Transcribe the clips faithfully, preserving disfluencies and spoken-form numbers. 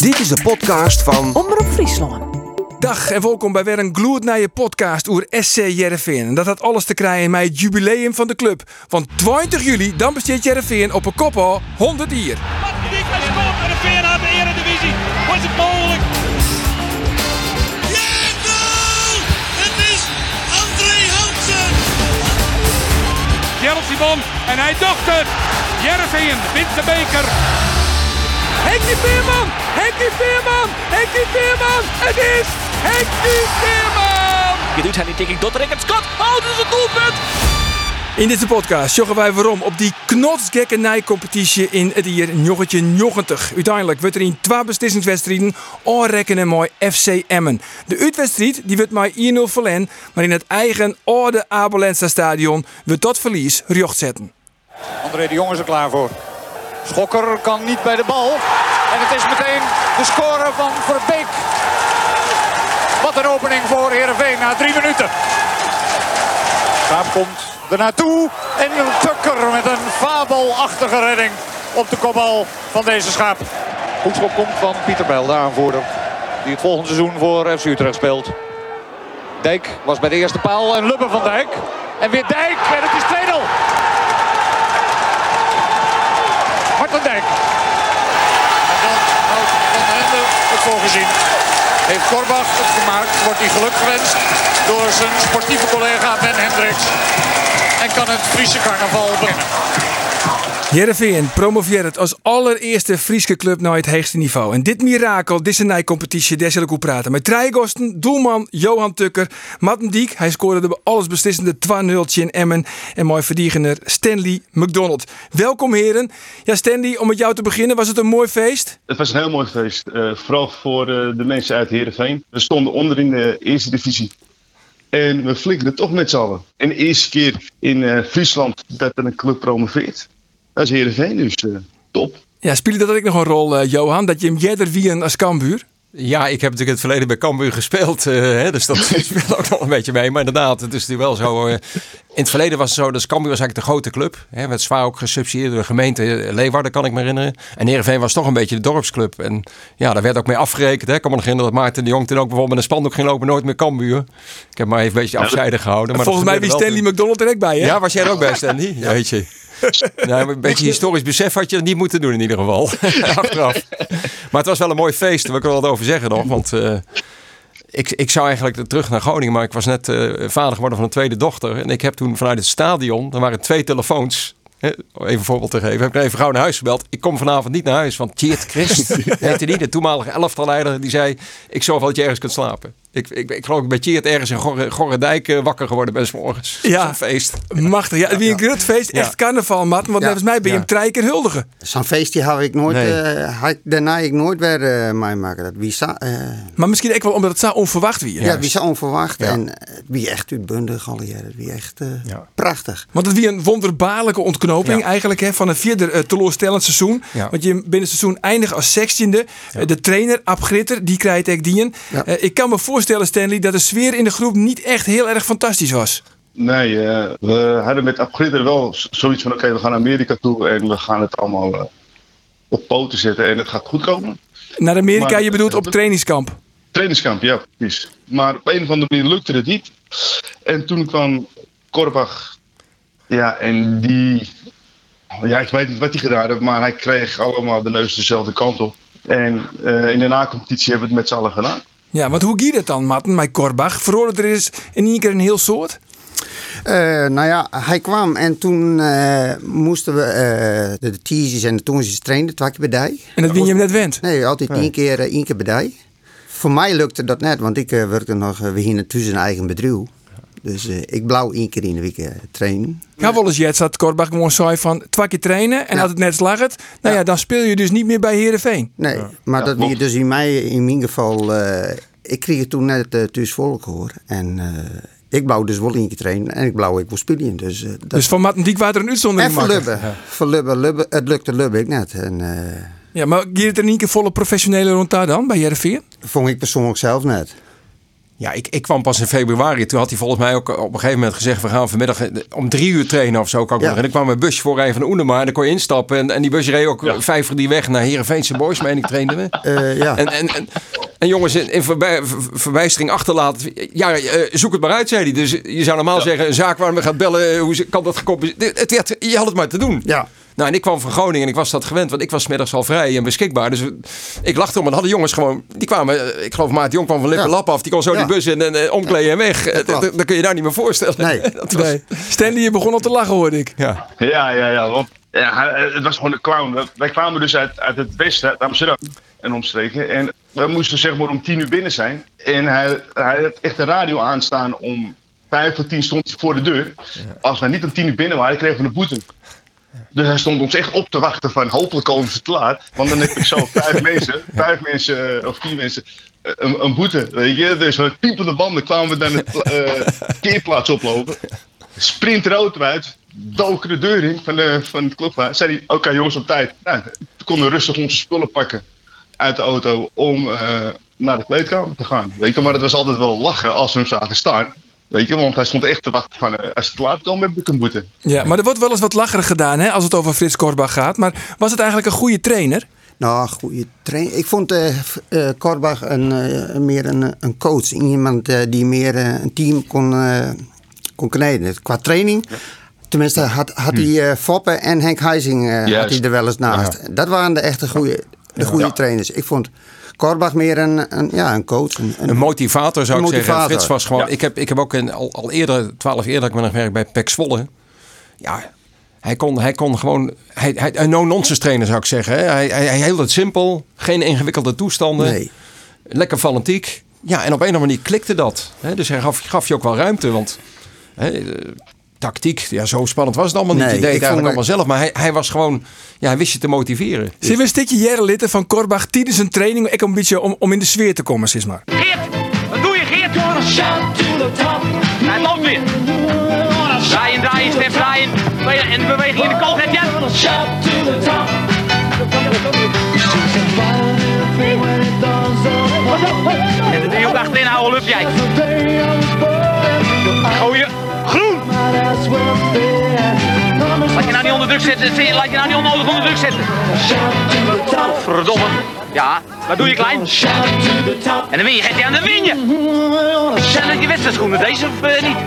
Dit is de podcast van Omroep Friesland. Dag en welkom bij weer een gloednieuwe podcast over S C Heerenveen. En dat had alles te krijgen met het jubileum van de club. Want twintig juli dan besteedt Heerenveen op een kop al honderd jaar. Matendijk has scoort voor de Feyenoord de Eredivisie. Was het mogelijk? Ja, goal! Het is André Hansen! Gerald Simon en hij docht het. Heerenveen wint de beker. Henkie Veerman! Henkie Veerman! Henkie Veerman! Het is Henkie Veerman! Je doet hij niet tegen Dotterink het schot. Oh, dat is een doelpunt! In deze podcast joggen wij waarom op die knotsgekke nijcompetitie in het jaar negentig. Uiteindelijk wordt er in twee beslissingswedstrijden aanrekenen mooi F C Emmen. De uitwedstrijd die wordt maar één nul verlen, maar in het eigen oude Abolensa stadion wordt dat verlies recht zetten. André de Jong is er klaar voor. Schokker kan niet bij de bal. En het is meteen de score van Verbeek. Wat een opening voor Heerenveen na drie minuten. Schaap komt er naartoe. En Tukker met een fabelachtige redding op de kopbal van deze Schaap. Hoekschop komt van Pieter Bijl, de aanvoerder. Die het volgende seizoen voor F C Utrecht speelt. Dijk was bij de eerste paal en Lubbe van Dijk. En weer Dijk en het is twee nul. Marten Dijk. En dan houdt Van den Ende het voor gezien. Heeft Korbach het gemaakt, wordt hij geluk gewenst door zijn sportieve collega Ben Hendricks. En kan het Friese carnaval beginnen. Heerenveen promoveert als allereerste Friese club naar het hoogste niveau. En dit mirakel, deze nijcompetitie, daar zal ik over praten. Met Trijgosten, doelman Johan Tukker, Matendijk, hij scoorde de allesbeslissende twee nul in Emmen. En mooi verdiegener Stanley McDonald. Welkom heren. Ja Stanley, om met jou te beginnen, was het een mooi feest? Het was een heel mooi feest. Uh, vooral voor uh, de mensen uit Heerenveen. We stonden onder in de eerste divisie. En we flikkerden toch met z'n allen. En de eerste keer in uh, Friesland dat er een club promoveert. Dat is Heerenveen, dus uh, top. Ja, speelde dat ook nog een rol, uh, Johan? Dat je hem jeder wien als Cambuur? Ja, ik heb natuurlijk in het verleden bij Cambuur gespeeld. Uh, hè, dus dat speelt ook nog een beetje mee. Maar inderdaad, het is natuurlijk wel zo. Uh, in het verleden was het zo, dus Cambuur was eigenlijk de grote club. Hè, werd zwaar ook gesubsidieerd door de gemeente Leeuwarden, kan ik me herinneren. En Heerenveen was toch een beetje de dorpsclub. En ja, daar werd ook mee afgerekend. Hè. Ik kan me nog herinneren dat Maarten de Jong toen ook bijvoorbeeld met een spandoek ging lopen. Nooit meer Cambuur. Ik heb maar even een beetje afzijdig gehouden. Maar volgens mij wie Stanley toen... McDonald er ook bij, hè? Ja, was jij er ook bij, Stanley? Ja, weet je. Nou, een beetje historisch besef had je dat niet moeten doen in ieder geval. Achteraf. Maar het was wel een mooi feest, daar wil ik er wel over zeggen nog. Want uh, ik, ik zou eigenlijk terug naar Groningen, maar ik was net uh, vader geworden van een tweede dochter. En ik heb toen vanuit het stadion, er waren twee telefoons. Even een voorbeeld te geven. Heb ik even gauw naar huis gebeld. Ik kom vanavond niet naar huis. Want Tjeerd Christ, heette die, de toenmalige elftalleider, die zei: ik zorg wel dat je ergens kunt slapen. Ik, ik, ik geloof ik bij Tjeerd ergens in Gorre, Gorredijk uh, wakker geworden ben 's morgens. Ja, zo'n feest. Machtig. Ja, wie een groot feest. Echt ja. Carnaval, Matt. Want ja. volgens mij ben je ja. hem drie keer huldigen. Zo'n feest die had ik nooit, nee. uh, had ik, daarna ik nooit weer uh, meemaken. Dat wie sa, uh... Maar misschien ook wel omdat het zo onverwacht wie. Ja, wie zo onverwacht. Ja. En het wie echt uitbundig al jaren. Het wie echt uh, ja. prachtig. Want het wie een wonderbaarlijke ontknoping ja. eigenlijk hè, van een vierde uh, teleurstellend seizoen. Ja. Want je binnen het seizoen eindigt als zestiende. Ja. Uh, de trainer, Ab Gritter, die krijgt ik dien. Ja. Uh, ik kan me voorstellen, Stanley, dat de sfeer in de groep niet echt heel erg fantastisch was. Nee, uh, we hadden met Ab Gritter wel zoiets van: oké, okay, we gaan naar Amerika toe en we gaan het allemaal uh, op poten zetten en het gaat goed komen. Naar Amerika, maar, je bedoelt uh, op trainingskamp? Trainingskamp, ja, precies. Maar op een of andere manier lukte het niet. En toen kwam Korbach, ja, en die, ja, ik weet niet wat hij gedaan heeft, maar hij kreeg allemaal de neus dezelfde kant op. En uh, in de na-competitie hebben we het met z'n allen gedaan. Ja, want hoe gaat het dan, Matten, met Korbach? Verhoorde er is in één keer een heel soort? Uh, nou ja, hij kwam en toen uh, moesten we uh, de, de teasjes en de toonsjes trainen, twee keer bij die. En dat win je hem net wend? Nee, altijd nee. één keer, uh, één keer bij die. Voor mij lukte dat net, want ik uh, werkte nog uh, weer hier tussen een eigen bedrijf. Dus uh, ik blauw één keer in de week uh, trainen. Ja, wel eens jet zat Korbach gewoon zei van twee keer trainen en ja. als het net slag het, nou ja. ja, dan speel je dus niet meer bij Heerenveen. Nee, ja. maar ja, dat wie dus in mij, in mijn geval, uh, ik kreeg het toen net uh, thuis volk hoor. En uh, ik blauw dus wel één keer trainen en ik blauw ik wel spelen. Dus, uh, dat... dus van Matendijk waren er een uitzondering maken? En voor Lubbe, ja. voor Lubbe, Lubbe, het lukte Lubbe ik net. En, uh, ja, maar gaat het er niet een keer volle professionele rond daar dan, bij Heerenveen? Vond ik persoonlijk zelf net. Ja, ik, ik kwam pas in februari. Toen had hij volgens mij ook op een gegeven moment gezegd... we gaan vanmiddag om drie uur trainen of zo. Kan ik ja. En ik kwam mijn busje voorrijden van Oenema. En dan kon je instappen. En, en die bus reed ook ja. vijf voor die weg naar Heerenveense Boys. Meen ik trainde we. Uh, ja. en, en, en, en jongens in, in voorbij, verbijstering achterlaten. Ja, uh, zoek het maar uit, zei hij. Dus je zou normaal ja. zeggen... een zaak waar we gaan bellen. Hoe kan dat gecompenseerd? Het werd, je had het maar te doen. Ja. Nou, en ik kwam van Groningen en ik was dat gewend, want ik was 's middags al vrij en beschikbaar. Dus ik lachte om en hadden jongens gewoon, die kwamen, ik geloof Maat Jong kwam van Lippe ja. Lap af, die kon zo ja. die bus in en uh, omkleden en weg. Ja, dat, dat kun je daar niet meer voorstellen. Nee. dat was... nee. Stanley, je begon al te lachen, hoorde ik. Ja, ja, ja, ja want ja, het was gewoon een clown. Wij kwamen dus uit, uit het westen, uit Amsterdam en omstreken. En we moesten zeg maar om tien uur binnen zijn. En hij, hij had echt de radio aanstaan om vijf voor tien stond hij voor de deur. Ja. Als wij niet om tien uur binnen waren, kregen we een boete. Dus hij stond ons echt op te wachten van hopelijk komen ze te laat. Want dan heb ik zo vijf mensen, vijf mensen of vier mensen een, een boete. Weet je? Dus met piepende banden kwamen we dan de uh, keerplaats oplopen. Sprint de auto uit, doken de deur in van, de, van het club. Zei hij, oké okay, jongens op tijd. Nou, toen konden we rustig onze spullen pakken uit de auto om uh, naar de kleedkamer te gaan. Weet je? Maar het was altijd wel lachen als we hem zagen staan. Weet je, want hij stond echt te wachten van, uh, als het te laat komt, heb ik een boete. Ja, maar er wordt wel eens wat lacherig gedaan, hè, als het over Frits Korbach gaat. Maar was het eigenlijk een goede trainer? Nou, goede trainer. Ik vond uh, uh, Korbach een, uh, meer een, een coach. Iemand uh, die meer uh, een team kon, uh, kon kneden. Qua training, ja. tenminste, had, had hm. hij uh, Foppe en Henk Huizing uh, had hij er wel eens naast. Ja. Dat waren de echte goede, de goede ja. trainers. Ik vond... Korbach meer een, een, ja, een coach. Een, een motivator zou een ik motivator. zeggen. Frits was gewoon... Ja. Ik, heb, ik heb ook een, al, al eerder, twaalf eerder, ik ben nog gewerkt bij P E C Zwolle. Ja, hij kon, hij kon gewoon... Hij, hij, een no-nonsense trainer zou ik zeggen. Hè. Hij, hij, hij hield het simpel. Geen ingewikkelde toestanden. Nee. Lekker fanatiek. Ja, en op een of andere manier klikte dat. Hè. Dus hij gaf, gaf je ook wel ruimte. Want... Hè, tactiek, ja, zo spannend was het allemaal niet. Nee, je deed het eigenlijk allemaal zelf, maar hij, hij was gewoon, ja, hij wist je te motiveren. Zullen we een stukje Jerelitten van Korbach tijdens een training, ik een beetje om, om in de sfeer te komen, zeg maar. Geert, wat doe je, Geert? Hij loopt weer. Draaien, draaien, step draaien. En de beweging in de kant heb je. En de jongen achterin houden, lup jij. Gooien. Groen! Laat je nou niet onder druk zetten. Laat je nou niet onnodig onder druk zetten. Verdomme. Ja, wat doe je, klein? En dan win je. Geef je aan, dan win je. Zijn dat die wedstrijdschoenen deze of uh, niet?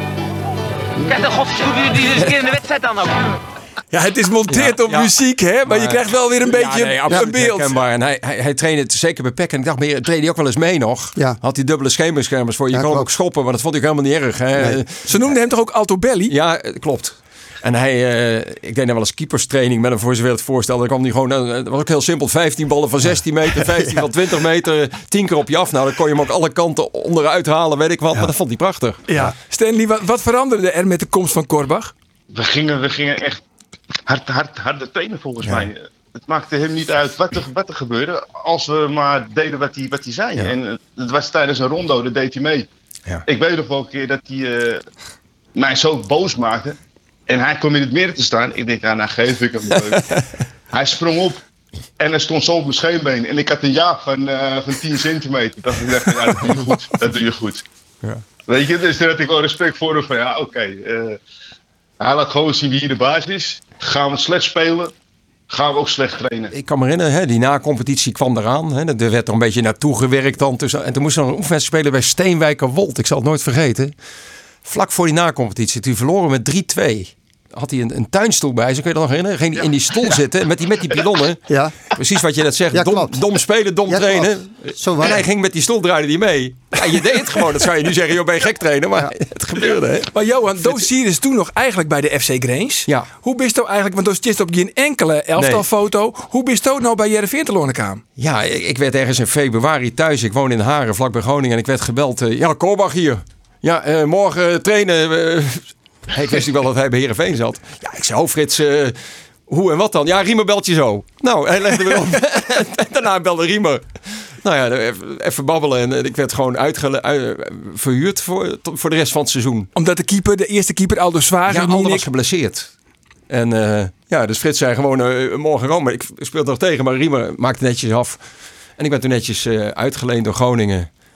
Kijk dan godschoenen die is een keer in de wedstrijd dan ook. Ja, het is monteerd ja, op ja. muziek, hè? Maar, maar je krijgt wel weer een beetje ja, nee, een beeld. Herkenbaar. En hij, hij, hij trainde het zeker bij P E C. En ik dacht, maar trainde hij ook wel eens mee nog? Ja. Had hij dubbele schemerschermers voor. Je ja, kon hem ook schoppen, maar dat vond ik helemaal niet erg. Hè? Nee. Ze noemden hem toch ook Altobelli? Ja, klopt. En hij, uh, ik deed nou wel eens keeperstraining met hem voor zover het voorstel. Dan kwam hij gewoon, uh, dat was ook heel simpel, vijftien ballen van zestien meter, vijftien ja. van twintig meter, tien keer op je af. Nou, dan kon je hem ook alle kanten onderuit halen, weet ik wat. Ja. Maar dat vond hij prachtig. Ja. Stanley, wat, wat veranderde er met de komst van Korbach? We gingen, we gingen echt hard, hard, harder trainen volgens ja. mij. Het maakte hem niet uit wat er, wat er gebeurde, als we maar deden wat hij, wat hij zei. Ja. En het was tijdens een rondo, dat deed hij mee. Ja. Ik weet nog wel een keer dat hij uh, mij zo boos maakte. En hij kwam in het midden te staan. Ik denk, ah, nou geef ik hem leuk. Hij sprong op. En hij stond zo op mijn scheenbeen. En ik had een jaap van, uh, van tien centimeter. Dat ik dacht, ja, dat doe je goed. Dat doe je goed. Ja. Weet je, dus daar had ik wel respect voor hem. Van ja, oké. Okay, uh, hij laat gewoon zien wie hier de baas is. Gaan we slecht spelen. Gaan we ook slecht trainen. Ik kan me herinneren, hè, die na-competitie kwam eraan. Hè, er werd er een beetje naartoe gewerkt dan. Tussen, en toen moest er een oefenwedstrijd spelen bij Steenwijkerwold. Ik zal het nooit vergeten. Vlak voor die na-competitie. Toen verloren met drie twee. Had hij een, een tuinstoel bij zich, kun je dat nog herinneren? Ging hij ja. in die stoel ja. zitten met die, met die pilonnen. Ja. Precies wat je net zegt. Ja, dom, dom spelen, dom ja, trainen. Zo en hij ging met die stoel, draaide die mee. Ja, je deed het gewoon. Dat zou je nu zeggen, joh, ben je gek trainen. Maar ja. het gebeurde. Hè? Maar Johan, Doos zie je dus toen nog eigenlijk bij de F C Grains. Ja. Hoe bist je eigenlijk, want Doos is op geen enkele elftalfoto. Nee. Hoe bist je nou bij Jereveen te Lonnekaan? Ja, ik, ik werd ergens in februari thuis. Ik woon in Haren, vlak bij Groningen. En ik werd gebeld. Uh, ja, Korbach hier. Ja, uh, morgen uh, trainen. Uh, ik wist niet wel dat hij bij Heerenveen zat. Ja, ik zei, oh Frits, uh, hoe en wat dan? Ja, Riemer belt je zo. Nou, hij legde me op. En daarna belde Riemer. Nou ja, even, even babbelen. En ik werd gewoon uitgele- uit, verhuurd voor, voor de rest van het seizoen. Omdat de keeper, de eerste keeper, Aldo Zwager... Ja, Aldo was geblesseerd. En uh, ja, dus Frits zei gewoon, uh, morgen Rome. Ik speelde nog tegen, maar Riemer maakte netjes af. En ik ben toen netjes uh, uitgeleend door Groningen.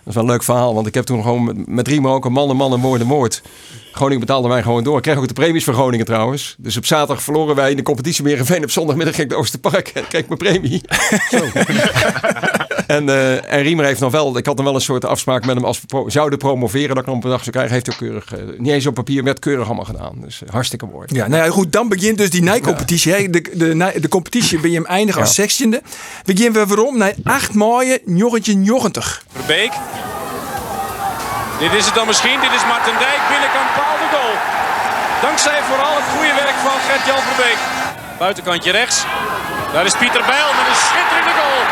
is wel een leuk verhaal, want ik heb toen gewoon met, met Riemer ook een man, een man, een moord, een moord. Groningen betaalde mij gewoon door. Ik kreeg ook de premies voor Groningen trouwens. Dus op zaterdag verloren wij in de competitie meer Heerenveen. Op zondagmiddag ging ik naar Oosterpark en kreeg ik mijn premie. en, uh, en Riemer heeft nog wel, ik had nog wel een soort afspraak met hem als we pro- zouden promoveren dat ik hem op een dag zou krijgen. Heeft hij ook keurig, uh, niet eens op papier, werd keurig allemaal gedaan. Dus uh, hartstikke mooi. Ja, nou ja, goed, dan begint dus die Nijcompetitie. Ja. De, de, de, de competitie ben je hem eindigen ja. als zestiende. Beginnen we waarom? Na acht mooie negentig. Verbeek. Dit is het dan misschien. Dit is Marten Dijk. Binnenkant paal de goal. Dankzij vooral het goede werk van Gert-Jan Verbeek. Buitenkantje rechts. Daar is Pieter Bijl met een schitterende goal.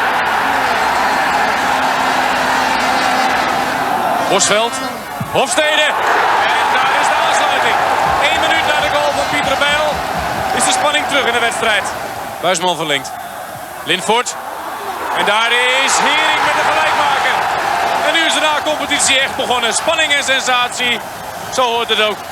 Bosveld. Hofstede. En daar is de aansluiting. Eén minuut na de goal van Pieter Bijl is de spanning terug in de wedstrijd. Buisman verlengt. Linford. En daar is Hering met de gelijkmaker. En nu is de na-competitie echt begonnen. Spanning en sensatie. Zo hoort het ook.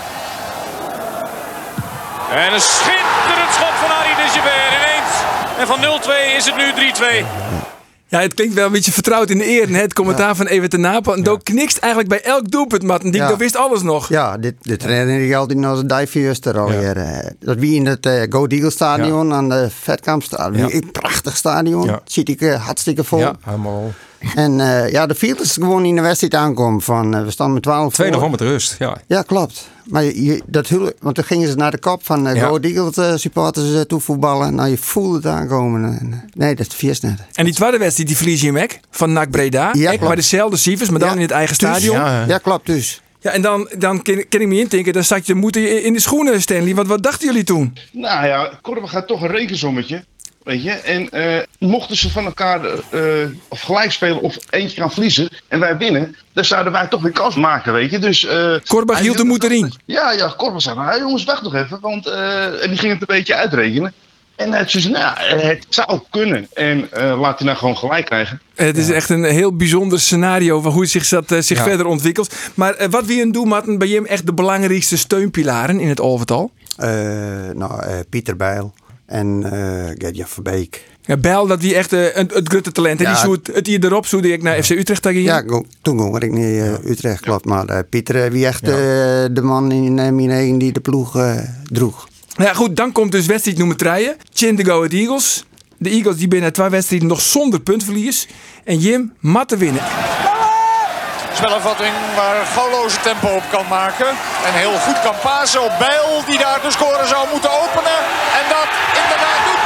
En een schitterend schot van Arie de Gever ineens. En van nul twee is het nu drie twee. Ja, het klinkt wel een beetje vertrouwd in de eer. Het commentaar ja. van Evert de Napel. En ja. Dook knikst eigenlijk bij elk doelpunt, Marten. Die ja. wist alles nog. Ja, dit, dit herinner ik altijd nog de Dijfjuster alweer. Ja. Dat wie in het uh, Go Eagles stadion ja. aan de Vetkampstadion. Ja. Een prachtig stadion. Ja. Ziet ik uh, hartstikke vol. Ja, helemaal. En uh, ja, de field is gewoon in de wedstrijd aankomen van uh, we staan met twaalf twee nog om met rust, ja. Ja, klopt. Maar je, je, dat hul, want toen gingen ze naar de kop van uh, ja. Go Eagles uh, supporters uh, toe voetballen. Nou, je voelde het aankomen. En, uh, nee, dat vies net. En die tweede wedstrijd, die verlies je hem ook, van N A C Breda. Ja, maar dezelfde cijfers, maar dan ja. in het eigen dus, stadion. Ja, ja, klopt dus. Ja, en dan, dan kan, kan ik me intinken, dan zat je moeten in de schoenen, Stanley. Want wat dachten jullie toen? Nou ja, Korver gaat toch een rekensommetje. Weet je, en uh, mochten ze van elkaar uh, of gelijk spelen of eentje gaan verliezen en wij winnen, dan zouden wij toch weer kans maken, weet je. Dus, uh, Korbach hield de moed erin. Ja, ja, Korbach zei, nou jongens, wacht nog even, want uh, en die ging het een beetje uitrekenen. En hij zei, nou, het zou kunnen. En uh, laat hij nou gewoon gelijk krijgen. Het is ja. echt een heel bijzonder scenario van hoe het zich, zat, uh, zich ja. verder ontwikkelt. Maar uh, wat wie een doen, Marten, bij hem echt de belangrijkste steunpilaren in het overtal? Uh, nou, uh, Pieter Bijl. En uh, Gert-Jan Verbeek. Ja, Bijl, dat wie echt uh, het, het grote talent. En ja, die zoet, het hier erop zoede ik naar ja. F C Utrecht tegen Ja, go, toen ging ik niet uh, Utrecht, klopt. Maar uh, Pieter, uh, wie echt ja. uh, de man in uh, Minegen die de ploeg uh, droeg. Ja, goed, dan komt dus wedstrijd nummer drie. Chin de Go Eagles. De Eagles die binnen twee wedstrijden nog zonder puntverlies. En Jim mat te winnen. Spelervatting waar goalloze tempo op kan maken. En heel goed kan pasen op Bijl, die daar de score zou moeten openen. En dat inderdaad doet.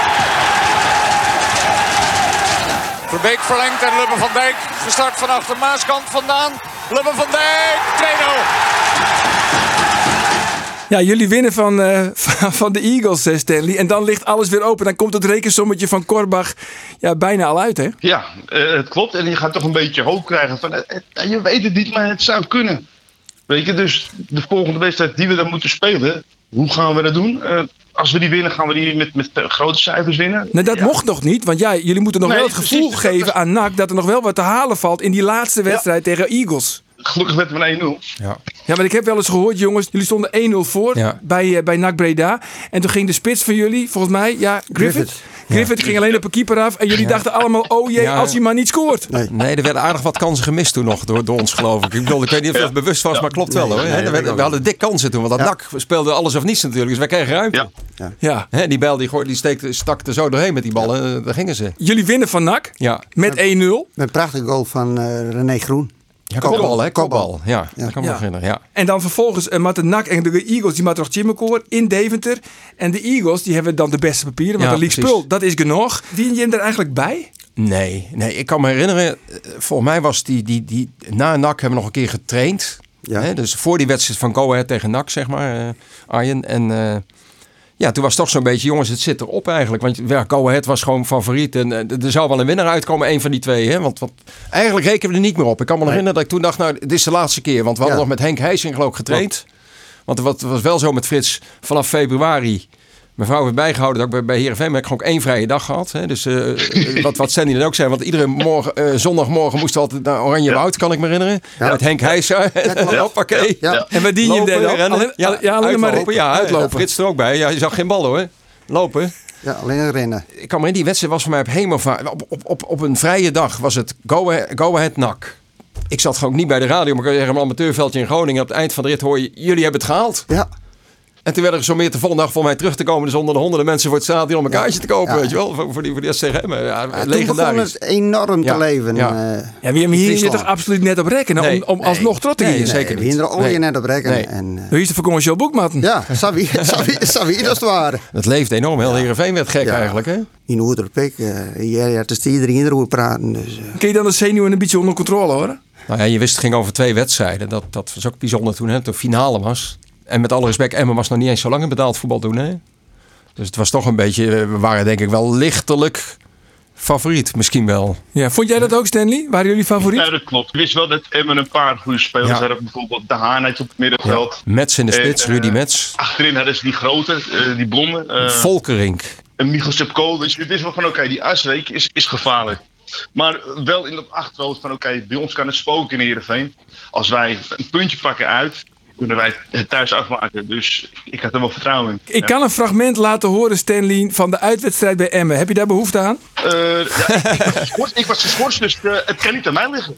Verbeek verlengt en Lubbe van Dijk gestart vanaf de Maaskant vandaan. Lubbe van Dijk, twee nul. Ja, jullie winnen van, uh, van de Eagles, Stanley. En dan ligt alles weer open. Dan komt het rekensommetje van Korbach ja, bijna al uit, hè? Ja, uh, het klopt. En je gaat toch een beetje hoop krijgen van... Uh, uh, je weet het niet, maar het zou kunnen. Weet je, dus de volgende wedstrijd die we dan moeten spelen... Hoe gaan we dat doen? Uh, als we die winnen, gaan we die met, met uh, grote cijfers winnen. Nee, dat ja. mocht nog niet. Want ja, jullie moeten nog nee, wel het gevoel precies, geven aan N A C... dat er nog wel wat te halen valt in die laatste wedstrijd ja. tegen Eagles. Gelukkig werd het maar één nul. Ja. ja, maar ik heb wel eens gehoord, jongens... jullie stonden één nul voor ja. bij, uh, bij N A C Breda. En toen ging de spits van jullie, volgens mij... ja, Griffith. Griffith. Griffith ja. ging alleen op een keeper af. En jullie ja. dachten allemaal, oh jee, ja. als hij maar niet scoort. Nee. nee, er werden aardig wat kansen gemist toen nog door, door ons, geloof ik. Ik bedoel, ik weet niet of het ja. bewust was, ja. maar klopt wel. Hoor. Nee, nee, werd, we hadden dik kansen toen. Want dat ja. N A C speelde alles of niets natuurlijk. Dus wij kregen ruimte. Ja. Ja. Ja. Die Bijl die, die steekte, stak er zo doorheen met die ballen. Ja. Daar gingen ze. Jullie winnen van N A C ja. met één nul. Met een prachtige goal van uh, René Groen. Ja, kopbal, hè? Kopbal. Ja, ja. dat kan me ja. beginnen. Ja. En dan vervolgens uh, met de N A C en de Eagles, die maakt nog Chimmerkoor in Deventer. En de Eagles, die hebben dan de beste papieren. Want ja, de League spul, dat is genoeg. Dien je hem er eigenlijk bij? Nee, nee, ik kan me herinneren, volgens mij was die, die, die na N A C hebben we nog een keer getraind. Ja. Hè? Dus voor die wedstrijd van Go Ahead tegen N A C, zeg maar, uh, Arjen. En uh, ja, toen was het toch zo'n beetje, jongens, het zit erop eigenlijk. Want ja, Go Ahead was gewoon favoriet. En uh, er zou wel een winnaar uitkomen, één van die twee. Hè? Want, want eigenlijk rekenen we er niet meer op. Ik kan me nee. herinneren dat ik toen dacht, nou, dit is de laatste keer. Want we hadden ja. nog met Henk Heijsing geloof ik getraind. Want het was wel zo met Frits, vanaf februari... Mijn vrouw heeft bijgehouden dat ik bij, bij Heerenveen heb ik gewoon één vrije dag gehad. Hè. Dus uh, wat, wat Sandy dan ook zei. Want iedere morgen, uh, zondagmorgen moesten we altijd naar Oranje Woud, ja. kan ik me herinneren. Ja. Met Henk Heijsen. Ja, hoppakee. Ja. Ja. En wat dien je hem dan? Rennen. Ja, ja, alleen maar uitlopen. Ja, uitlopen. Frits er ook bij. Ja, je zag geen ballen hoor. Lopen. Ja, alleen rennen. Ik kan me in die wedstrijd was voor mij op hemelvaart. Op, op, op, op een vrije dag was het Go Ahead, Go Ahead N A C. ik zat gewoon niet bij de radio, maar ik kan zeggen, een amateurveldje in Groningen. Op het eind van de rit hoor je, jullie hebben het gehaald. Ja. En toen werden er zo meer de volgende dag voor mij terug te komen. Dus onder de honderden mensen voor het stadion om een kaartje te kopen. Ja. Weet je wel, voor, voor die, voor die S C G M. Ja, Ja, toen legendarisch. begon het enorm te Ja. leven. Ja. eh, Ja, we hebben hier Friesland. toch absoluut net op rekken Nee. om, om alsnog trots te Nee, gaan. zeker we niet. gingen er al Nee. je net op rekken. Nee. En, eh, Hoe is het voor commercieel boekmatten? ja, Savi, Savi, Savi, dat is het ware. Het leeft enorm. Heel Heerenveen werd gek Ja. eigenlijk. Hè? In Oerderpik, uh, ja, ja, het is iedereen erover praten. Dus, uh. Kun je dan de zenuwen een beetje onder controle horen? Nou ja, je wist het ging over twee wedstrijden. Dat, dat was ook bijzonder toen het de finale was. En met alle respect, Emmen was nog niet eens zo lang in betaald voetbal toen. Hè? Dus het was toch een beetje, we waren denk ik wel lichtelijk favoriet misschien wel. Ja, vond jij dat ook, Stanley? Waren jullie favoriet? Ja, dat klopt. Ik wist wel dat Emmen een paar goede spelers Ja. hadden. Bijvoorbeeld De Haan had je op het middenveld. Mets in de En, spits, eh, Rudy Mets. Achterin hadden ze die grote, eh, die blonde. eh, Volkerink. En Michel Sepko. Dus het is wel van oké, die Asweek is, is gevaarlijk. Maar wel in het achterhoofd van oké, bij ons kan het spoken in Heerenveen. Als wij een puntje pakken uit, kunnen wij het thuis afmaken. Dus ik had er wel vertrouwen in. Ik kan een fragment laten horen, Stanley, van de uitwedstrijd bij Emmen. Heb je daar behoefte aan? Uh, ja, ik, ik, was geschorst, ik was geschorst, dus uh, het kan niet aan mij liggen.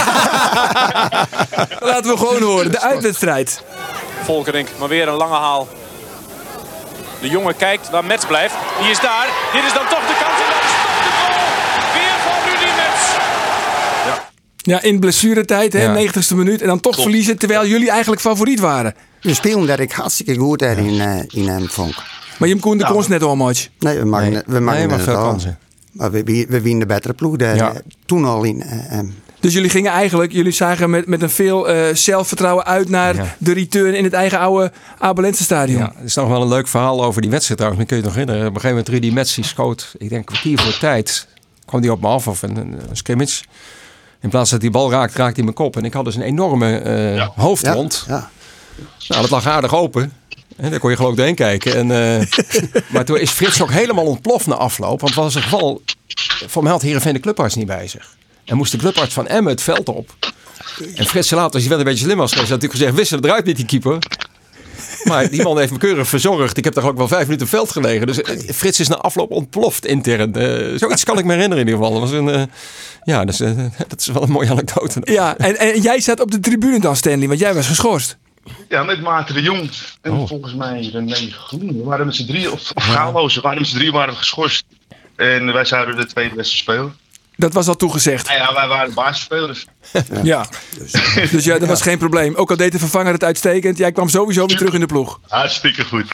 Laten we gewoon horen. De uitwedstrijd. Volkerink, maar weer een lange haal. De jongen kijkt waar Mets blijft. Die is daar. Dit is dan toch de kans. En dat is toch de goal. Weer van Rudy Mets. Ja, in blessuretijd, hè, Ja. negentigste minuut. En dan toch verliezen, terwijl jullie eigenlijk favoriet waren. We spelen dat ik hartstikke goed daar in, uh, in hem vond. Maar je kon de Nou. kans net al, match. Nee, we maken, Nee. we maken Nee, maar het veel al. kansen. Maar we, we, we winnen de betere ploeg daar. Ja. eh, Toen al in. Uh, um, Dus jullie gingen eigenlijk, jullie zagen met, met een veel eh, zelfvertrouwen uit naar Ja. de return in het eigen oude Abelense stadion. Ja, er is nog wel een leuk verhaal over die wedstrijd trouwens. Me kun je het nog herinneren. Op een gegeven moment Rudy Mets die schoot, ik denk een kwartier voor tijd, kwam die op me af of een, een, een scrimmage. In plaats dat die bal raakt, raakt hij mijn kop. En ik had dus een enorme uh, Ja. hoofdwond. ja. Nou, dat lag aardig open. En daar kon je geloof ik doorheen kijken. En, uh, maar toen is Frits ook helemaal ontploft na afloop. Want het was een geval, voor mij had Heerenveen de clubarts niet bij zich. En moest de clubarts van Emmen het veld op. En Frits later, als hij wel een beetje slim was geweest, had natuurlijk gezegd, wissel eruit met die keeper. Maar die man heeft me keurig verzorgd. Ik heb daar ook wel vijf minuten op veld gelegen. Dus uh, Frits is na afloop ontploft intern. Uh, zoiets kan ik me herinneren in ieder geval. Dat, was een, uh, ja, dus, uh, dat is wel een mooie anekdote. Ja, en, en jij zat op de tribune dan, Stanley, want jij was geschorst. Ja, met Maarten de Jong. En Oh. volgens mij René Groen. We waren met z'n drieën, of, of Gaaloos. We waren met z'n drieën waren we geschorst. En wij zouden de tweede beste spelen. Dat was al toegezegd. Nou ja, wij waren basisspelers. Ja. Dus ja, dat was geen probleem. Ook al deed de vervanger het uitstekend. Jij kwam sowieso weer terug in de ploeg. Hartstikke goed.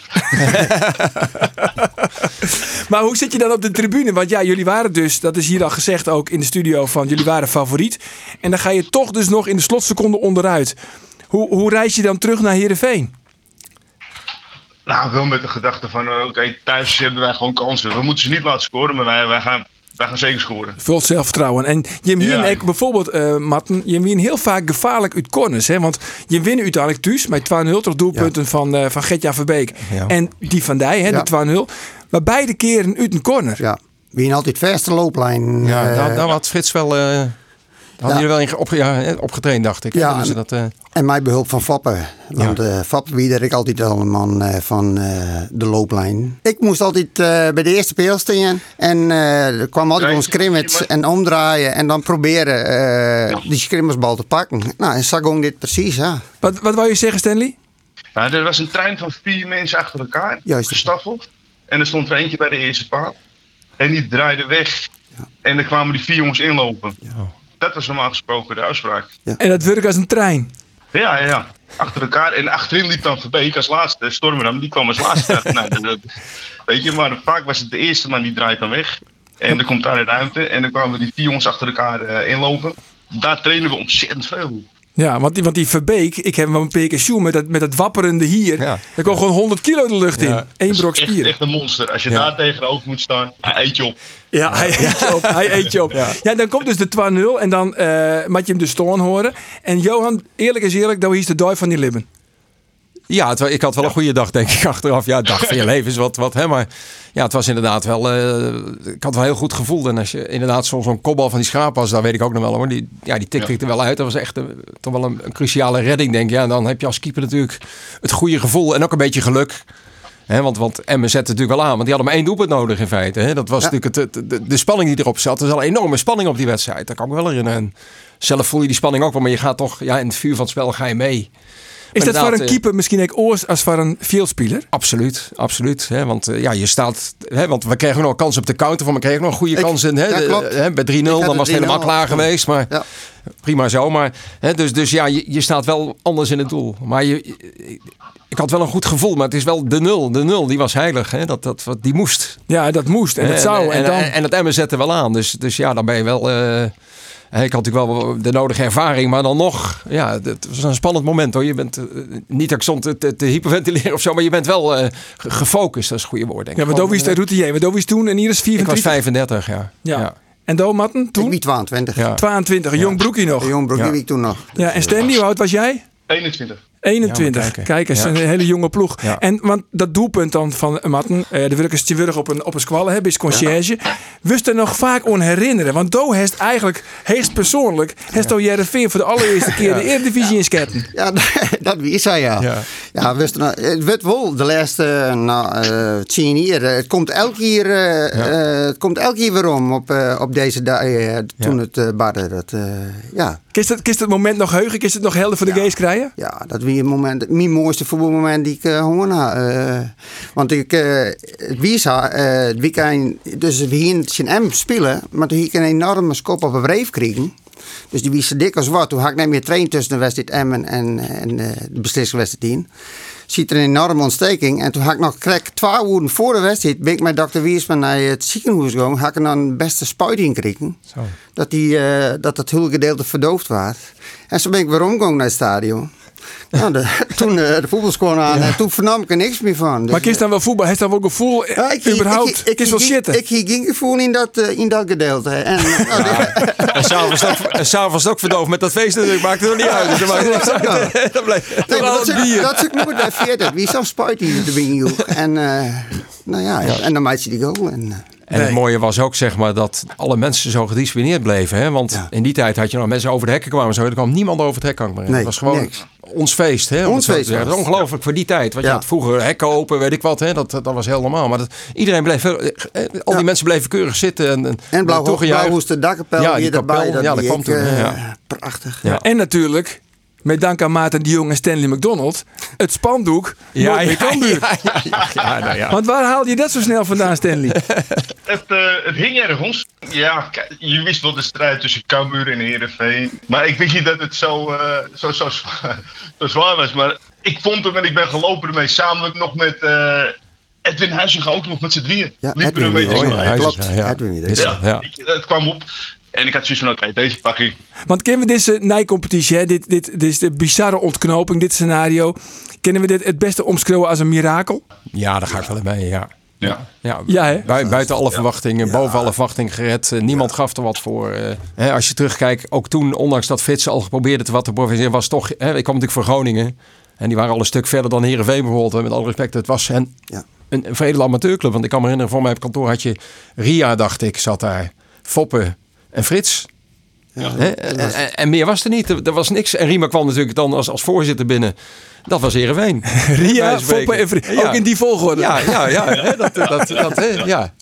Maar hoe zit je dan op de tribune? Want ja, jullie waren dus, dat is hier al gezegd ook in de studio, van jullie waren favoriet. En dan ga je toch dus nog in de slotseconde onderuit. Hoe, hoe reis je dan terug naar Heerenveen? Nou, wel met de gedachte van, uh, oké, okay, thuis hebben wij gewoon kansen. We moeten ze niet laten scoren, maar wij, wij, gaan, wij gaan zeker scoren. Vol zelfvertrouwen. En je wint Ja. ook bijvoorbeeld, uh, Matten, je wint heel vaak gevaarlijk uit corners. Hè? Want je wint uiteindelijk thuis met twee nul, toch doelpunten ja. van, uh, van Gert-Jan Verbeek. Ja. En die van Dij, hè, ja. de twee nul. Maar beide keren uit een corner. Ja, we hebben altijd verste looplijn. Ja, uh, daar, daar had Frits wel... Uh, Had hij er wel in op, ja, opgetraind, dacht ik. Ja, en, dat, uh... en mij behulp van Fappen. Want ja. uh, Fappen wie ik altijd al een man uh, van uh, de looplijn. Ik moest altijd uh, bij de eerste peel staan. En uh, er kwam altijd ons scrimmage en omdraaien. En dan proberen uh, die scrimmersbal te pakken. Nou, en zo ging dit precies, ja. Wat, wat wou je zeggen, Stanley? Nou, er was een trein van vier mensen achter elkaar. Juist. Gestaffeld. En er stond er eentje bij de eerste paal. En die draaide weg. Ja. En dan kwamen die vier jongens inlopen. Ja. Dat was normaal gesproken de afspraak. Ja. En dat werkt als een trein. Ja, ja, ja. Achter elkaar. En achterin liep dan Verbeek als laatste. Stormerdam, die kwam als laatste. nou, dat, dat, weet je, maar vaak was het de eerste man die draait dan weg. En dan komt daar de ruimte. En dan kwamen die vier jongens achter elkaar uh, inlopen. Daar trainen we ontzettend veel. Ja, want die, want die Verbeek, ik heb hem een paar keer shoe met dat, met dat wapperende hier. Ja. Daar kwam gewoon honderd kilo de lucht ja. in. Eén brok spieren. Echt, echt een monster. Als je ja. daar tegenover moet staan, hij eet je op. Ja, hij eet je op. Hij eet je op. Ja. ja, dan komt dus de twee nul en dan uh, moet je hem dus stoorn horen. En Johan, eerlijk is eerlijk, dat is de dooi van die libben. Ja, het, ik had wel een goede dag, denk ik, achteraf. Ja, dag van je leven is wat, wat hè, maar ja, het was inderdaad wel... Uh, ik had wel heel goed gevoeld. En als je inderdaad zo'n zo'n kopbal van die schaap was, dat weet ik ook nog wel hoor. Die, ja, die tikte ik er wel uit. Dat was echt een, toch wel een, een cruciale redding, denk ik. Ja, en dan heb je als keeper natuurlijk het goede gevoel en ook een beetje geluk. He, want, want Emmen zette natuurlijk wel aan. Want die hadden maar één doelpunt nodig in feite. He. Dat was ja. natuurlijk het, het, de, de spanning die erop zat. Er was al een enorme spanning op die wedstrijd. Dat kan ik me wel herinneren. En zelf voel je die spanning ook wel. Maar je gaat toch, ja, in het vuur van het spel ga je mee. Is dat voor een keeper misschien ook oors als voor een veelspeler? Absoluut, absoluut. Hè, want uh, ja, je staat, hè, want we kregen nog een kans op de counter, van we kregen nog een goede ik, kans in. Hè, ja, de, hè, bij drie nul dan was het helemaal klaar geweest, maar ja. prima zo. Maar hè, dus, dus ja, je, je staat wel anders in het doel. Maar je, ik had wel een goed gevoel, maar het is wel de nul. De nul, die was heilig. Hè, dat, dat, die moest. Ja, dat moest en dat en, zou. En, en, dan... en, en dat Emmen zette wel aan. Dus, dus ja, dan ben je wel. Uh, Ik had natuurlijk wel de nodige ervaring, maar dan nog, ja, het was een spannend moment hoor. Je bent uh, niet dat ik stond te, te, te hyperventileren of zo, maar je bent wel uh, gefocust, dat is een goede woord, denk ik. Ja, maar Dowie is de routinier, maar Dowie is toen en hier is vierentwintig. Ik was vijfendertig, ja. ja. ja. En Do Matten toen? Ik ben tweeëntwintig. Ja. tweeëntwintig, een ja. jong broekie nog. Een jong broekie ja. wie ik toen nog. Ja, en Stanley, hoe oud was jij? eenentwintig. eenentwintig. Ja, kijk eens, ja. een hele jonge ploeg. Ja. En want dat doelpunt dan van Matten, uh, de wil ik eens terug op een, op een squallen hebben, is conciërge. Ja. Wist er nog vaak aan herinneren. Want Do heeft eigenlijk, heest persoonlijk, heeft Do Heerenveen voor de allereerste keer ja. de Eredivisie in sketten. Ja, dat wie hij ja. Ja, ja wist er, het werd wel de laatste nou, uh, tien jaar. Het komt elke keer, uh, ja. uh, het komt elke keer weer om op, uh, op deze dag, uh, toen ja. het uh, barde. Dat, uh, ja. Kist het, kist het moment nog heugen? Kist het nog helder voor de ja. geest krijgen? Ja, dat was een moment, mijn mooiste voetbalmoment die ik uh, gewoon had. Uh, want ik, uh, het wie uh, het weekend, dus we hier in M spelen, maar toen ik een enorme skop op een breef kregen. Dus die was zo dik als wat. Toen had ik net meer trainen tussen de wedstrijd Emmen en, en uh, de beslissingswedstrijd in. Ziet er een enorme ontsteking. En toen had ik nog krek twee uur voor de wedstrijd ben ik met dokter Wiersman naar het ziekenhuis gegaan. Had ik dan een beste spuiting gekregen. Zo. Dat, die, uh, dat het hele gedeelte verdoofd was. En zo ben ik weer omgegaan naar het stadion. Nou, de, toen uh, de voetbalschool aan ja. en toen vernam ik er niks meer van. Dus, maar kies dan wel voetbal? Heeft dan wel gevoel ja, ik, überhaupt? Ik, ik, ik, kies wel zitten? Ik heb geen gevoel in dat, uh, in dat gedeelte. En, uh, nou, ja. en s'avonds ook, s'avonds ook verdoofd met dat feest natuurlijk. Maakt het er niet uit. Dus dat maakt het niet uit. Ja. Dat blijft nee, dat bier. Dat is ook nooit bij veertig. Wie zo'n spuit hier te bingen. En uh, nou ja, ja, en dan maakt je die goal. En, uh, En nee. het mooie was ook, zeg maar, dat alle mensen zo gedisciplineerd bleven. Hè? Want ja. in die tijd had je nog mensen over de hekken kwamen. Zo, er kwam niemand over het hek hangen. Nee, het was gewoon niks. ons feest. Hè? Ons feest. Ja, dat is ongelooflijk voor die tijd. Want ja. je had vroeger hekken open, weet ik wat. Hè? Dat, dat was heel normaal. Maar dat, iedereen bleef, al die ja. mensen bleven keurig zitten. En, en, en Blauwhoes, de dakkapel ja, hier erbij. Dat ja, dat kwam toen. Uh, ja. Prachtig. Ja. En natuurlijk... met dank aan Maarten de Jong en Stanley McDonald. Het spandoek. Ja, nooit ja, meer ja, ja, ja, ja, nou ja. Want waar haalde je dat zo snel vandaan, Stanley? het, uh, het hing ergens. Ja, je wist wel de strijd tussen Cambuur en Heerenveen. Maar ik wist niet dat het zo, uh, zo, zo, zwaar, zo zwaar was. Maar ik vond hem en ik ben gelopen ermee. Samen nog met uh, Edwin Huizinga ook nog met z'n drieën. Ja, Edwin, een beetje. Oh, ja, ja, klopt. Ja, ja. Edwin, ja, ja. Ik, het kwam op. En ik had zoiets van, oké, okay, deze pak ik. Want kennen we deze nijcompetitie, hè? Dit, dit, dit is de bizarre ontknoping, dit scenario. Kennen we dit het beste omschreeuwen als een mirakel? Ja, daar ga ik wel in mee, ja. Ja, ja, ja hè? Bui, buiten alle verwachtingen, ja. boven alle verwachtingen gered. Niemand ja. gaf er wat voor. Uh, hè, als je terugkijkt, ook toen, ondanks dat Frits al geprobeerd te wat te provoceren, was toch... Hè, ik kwam natuurlijk voor Groningen. En die waren al een stuk verder dan Heerenveen bijvoorbeeld. Hè, met alle respect, het was een, ja. een, een vredele amateurclub. Want ik kan me herinneren, voor mij op kantoor had je Ria, dacht ik, zat daar. Foppe en Frits. Ja, He, en, en, en meer was er niet. Er, er was niks. En Riemer kwam natuurlijk dan als, als voorzitter binnen. Dat was Heerenveen. Ria, Foppe en Frits. Ja. Ook in die volgorde. Ja, ja, ja. He, dat, dat, dat, he, ja.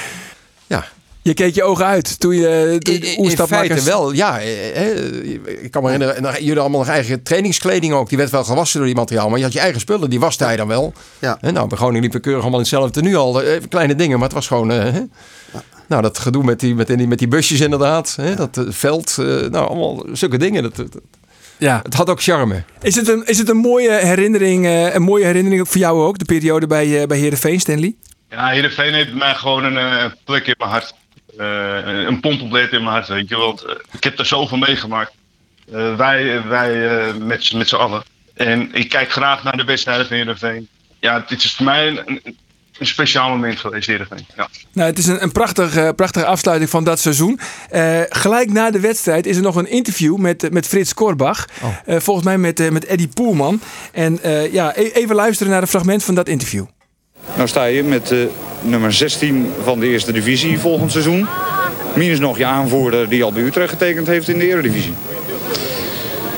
ja. Je keek je ogen uit toen je de in, in feite wel, ja. He, ik kan me herinneren, en jullie allemaal nog eigen trainingskleding ook. Die werd wel gewassen door die materiaal. Maar je had je eigen spullen, die waste hij dan wel. Ja. He, nou, bij Groningen liepen keurig allemaal in hetzelfde tenue al. Kleine dingen, maar het was gewoon... Uh, ja. Nou, dat gedoe met die, met die, met die busjes inderdaad. Hè, dat uh, veld. Uh, nou, allemaal zulke dingen. Dat, dat, ja. Het had ook charme. Is het een, is het een mooie herinnering, uh, een mooie herinnering voor jou ook? De periode bij, uh, bij Heerenveen, Stanley? Ja, Heerenveen heeft mij gewoon een uh, plek in mijn hart. Uh, een pompelbleed in mijn hart, weet je. Want uh, ik heb er zoveel meegemaakt. Uh, wij wij uh, met, met z'n allen. En ik kijk graag naar de wedstrijden van Heerenveen. Ja, dit is voor mij een... een Een speciaal moment geweest, Heerenveen. Ja. Nou, het is een, een prachtige, prachtige afsluiting van dat seizoen. Uh, gelijk na de wedstrijd is er nog een interview met, met Frits Korbach. Oh. Uh, volgens mij met, uh, met Eddie Poelman. En uh, ja, even luisteren naar een fragment van dat interview. Nou sta je met uh, nummer zestien van de eerste divisie volgend seizoen. Minus nog je aanvoerder die al bij Utrecht getekend heeft in de Eredivisie.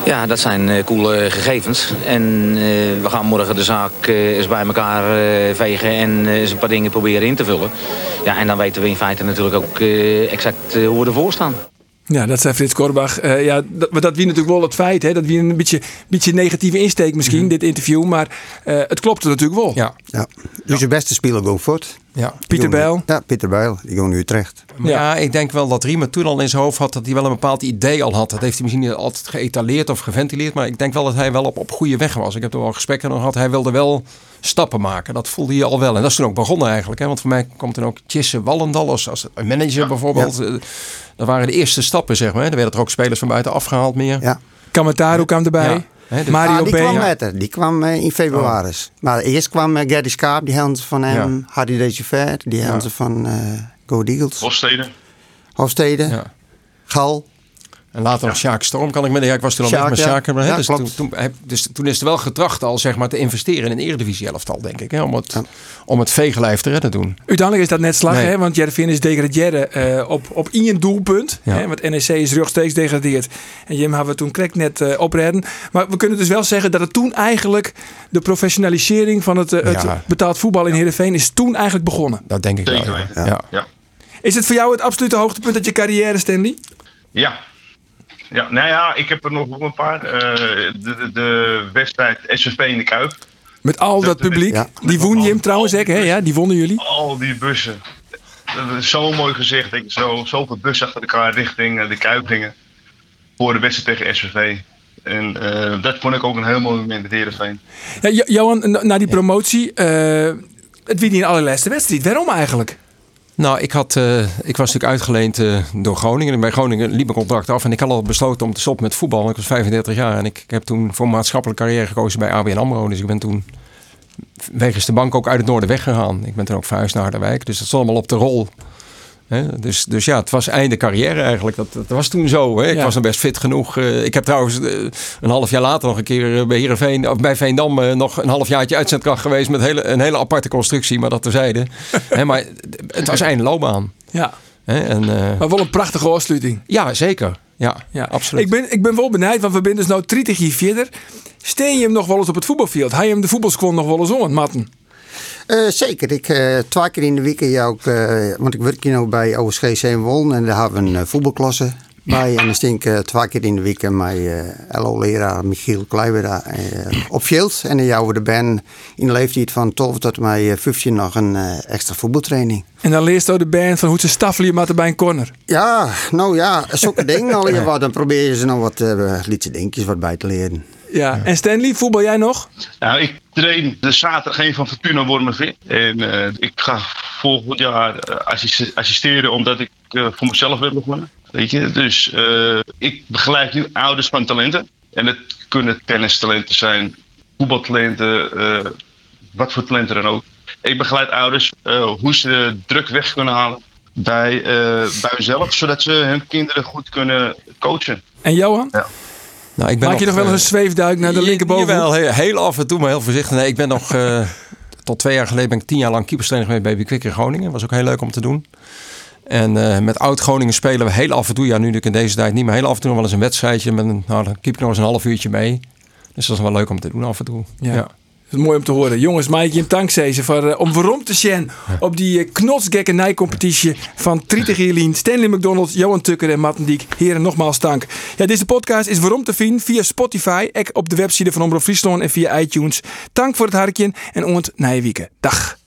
Ja, dat zijn uh, coole gegevens. En uh, we gaan morgen de zaak uh, eens bij elkaar uh, vegen en uh, eens een paar dingen proberen in te vullen. Ja, en dan weten we in feite natuurlijk ook uh, exact uh, hoe we ervoor staan. Ja, dat zei Frits Korbach. Uh, ja, dat, dat wie natuurlijk wel het feit, hè, dat wie een beetje, beetje negatieve insteek misschien, mm-hmm. dit interview. Maar uh, het klopte natuurlijk wel. Ja. ja. Dus je beste speler go voort. Ja. Pieter Bijl. Ja, Pieter Bijl. Die ging nu Utrecht. Ja. ja, ik denk wel dat Riemer toen al in zijn hoofd had dat hij wel een bepaald idee al had. Dat heeft hij misschien niet altijd geëtaleerd of geventileerd. Maar ik denk wel dat hij wel op, op goede weg was. Ik heb er wel gesprekken gehad. Hij wilde wel stappen maken. Dat voelde je al wel. En dat is toen ook begonnen eigenlijk. Hè? Want voor mij komt dan ook Tjisse Wallendal als, als manager ja. bijvoorbeeld. Ja. Dat waren de eerste stappen, zeg maar. Er werden er ook spelers van buiten afgehaald meer. Ja. Kamataru kwam erbij. Ja. He, de... Mario ah, die B. kwam later. Die kwam uh, in februari. Oh. Maar eerst kwam uh, Gerdy Schaap, die hadden ze van hem. Ja. Hardy Dejever, die hadden ze ja. van uh, Go Eagles. Hofstede. Hofstede. Ja. Gal. En later nog Sjaak Storm, kan ik me. Ja, ik was toen al Sjaak, weg met Sjaak. Ja. Ja, dus, toen, toen, dus toen is er wel getracht al zeg maar, te investeren in een eredivisie elftal, denk ik. Hè, om, het, ja. om het veegelijf te redden doen. Uiteindelijk is dat net slag, nee. hè, want Heerenveen is degraderen uh, op, op één doelpunt. Ja. Hè, want N E C is rechtstreeks degradeerd. En Jim hebben we toen correct net uh, opredden. Maar we kunnen dus wel zeggen dat het toen eigenlijk de professionalisering van het, uh, het ja. betaald voetbal in Heerenveen is toen eigenlijk begonnen. Dat denk ik wel. Ja. Ja. Ja. Ja. Is het voor jou het absolute hoogtepunt uit je carrière, Stanley? Ja. Ja, nou ja, ik heb er nog een paar. Uh, de, de, de wedstrijd S V V in de Kuip. Met al dat, dat publiek. Ja. Die won Jim trouwens, hè? Ja, die wonnen jullie. Al die bussen. Dat is zo mooi gezegd. Ik, zo, zoveel bussen achter elkaar richting de Kuip gingen. Voor de wedstrijd tegen S V V. En uh, dat vond ik ook een heel mooi moment met Heerenveen. Ja, Johan, na die promotie. Uh, het wie niet in allerlaatste wedstrijd. Waarom eigenlijk? Nou, ik, had, uh, ik was natuurlijk uitgeleend uh, door Groningen. En bij Groningen liep mijn contract af. En ik had al besloten om te stoppen met voetbal. Ik was vijfendertig jaar. En ik, ik heb toen voor een maatschappelijke carrière gekozen bij A B N AMRO. Dus ik ben toen wegens de bank ook uit het noorden weggegaan. Ik ben toen ook verhuisd naar Harderwijk. Dus dat stond allemaal op de rol. He, dus, dus ja, het was einde carrière eigenlijk. Dat, dat was toen zo. Hè. Ik ja. was dan best fit genoeg. Uh, ik heb trouwens uh, een half jaar later nog een keer bij Heerenveen, of bij Veendam uh, nog een half jaartje uitzendkracht geweest met hele, een hele aparte constructie, maar dat terzijde. He, maar het was einde loopbaan. Ja. He, en, uh, maar wel een prachtige afsluiting. Ja, zeker. Ja, ja. absoluut. Ik ben, ik ben wel benieuwd, want we zijn dus nou dertig jaar verder. Steen je hem nog wel eens op het voetbalveld? Hij hem de voetbalskwon nog wel eens om, Matten? Uh, zeker. Ik uh, twee keer in de week, ja, ook, uh, want ik werk hier nou bij O S G Zeewolde en daar hebben we een uh, voetbalklasse bij. En dan steen ik uh, twee keer in de week met uh, L O-leraar Michiel Kleiber uh, op veld. En dan jouwen de band in de leeftijd van twaalf tot mij uh, vijftien nog een uh, extra voetbaltraining. En dan leerst ook de band van hoe ze staffelen maar bij een corner. Ja, nou ja, zulke dingen al je wat. Dan probeer je ze nog wat uh, lietse dingetjes wat bij te leren. Ja, en Stanley, voetbal jij nog? Nou, ik train de zaterdag een van Fortuna Wormerveer. En uh, ik ga volgend jaar uh, assist- assisteren omdat ik uh, voor mezelf wil begonnen. Weet je, dus uh, ik begeleid nu ouders van talenten. En het kunnen tennistalenten zijn, voetbaltalenten, uh, wat voor talenten dan ook. Ik begeleid ouders uh, hoe ze druk weg kunnen halen bij, uh, bij hunzelf, zodat ze hun kinderen goed kunnen coachen. En Johan? Ja. Nou, ik ben Maak je nog, nog wel eens een zweefduik naar de linkerboven? Jawel, heel, heel af en toe, maar heel voorzichtig. Nee, ik ben nog, uh, tot twee jaar geleden ben ik tien jaar lang keeperstrainer geweest bij Kwik in Groningen. Was ook heel leuk om te doen. En uh, met oud-Groningen spelen we heel af en toe, ja nu ik in deze tijd niet, maar heel af en toe nog wel eens een wedstrijdje. Met een, nou, dan keep ik nog eens een half uurtje mee. Dus dat is wel leuk om te doen af en toe. Ja. ja. Dat is mooi om te horen. Jongens, Mike en dankzij voor uh, om waarom te zien op die uh, knotsgekke nijcompetitie van dertig jaar Stanley McDonald, Johan Tukker en Matten Dijk. Heren, nogmaals dank. Ja, deze podcast is waarom te vinden via Spotify, ook op de website van Omroep Friesland en via iTunes. Dank voor het harkje en ont na je weekend. Dag.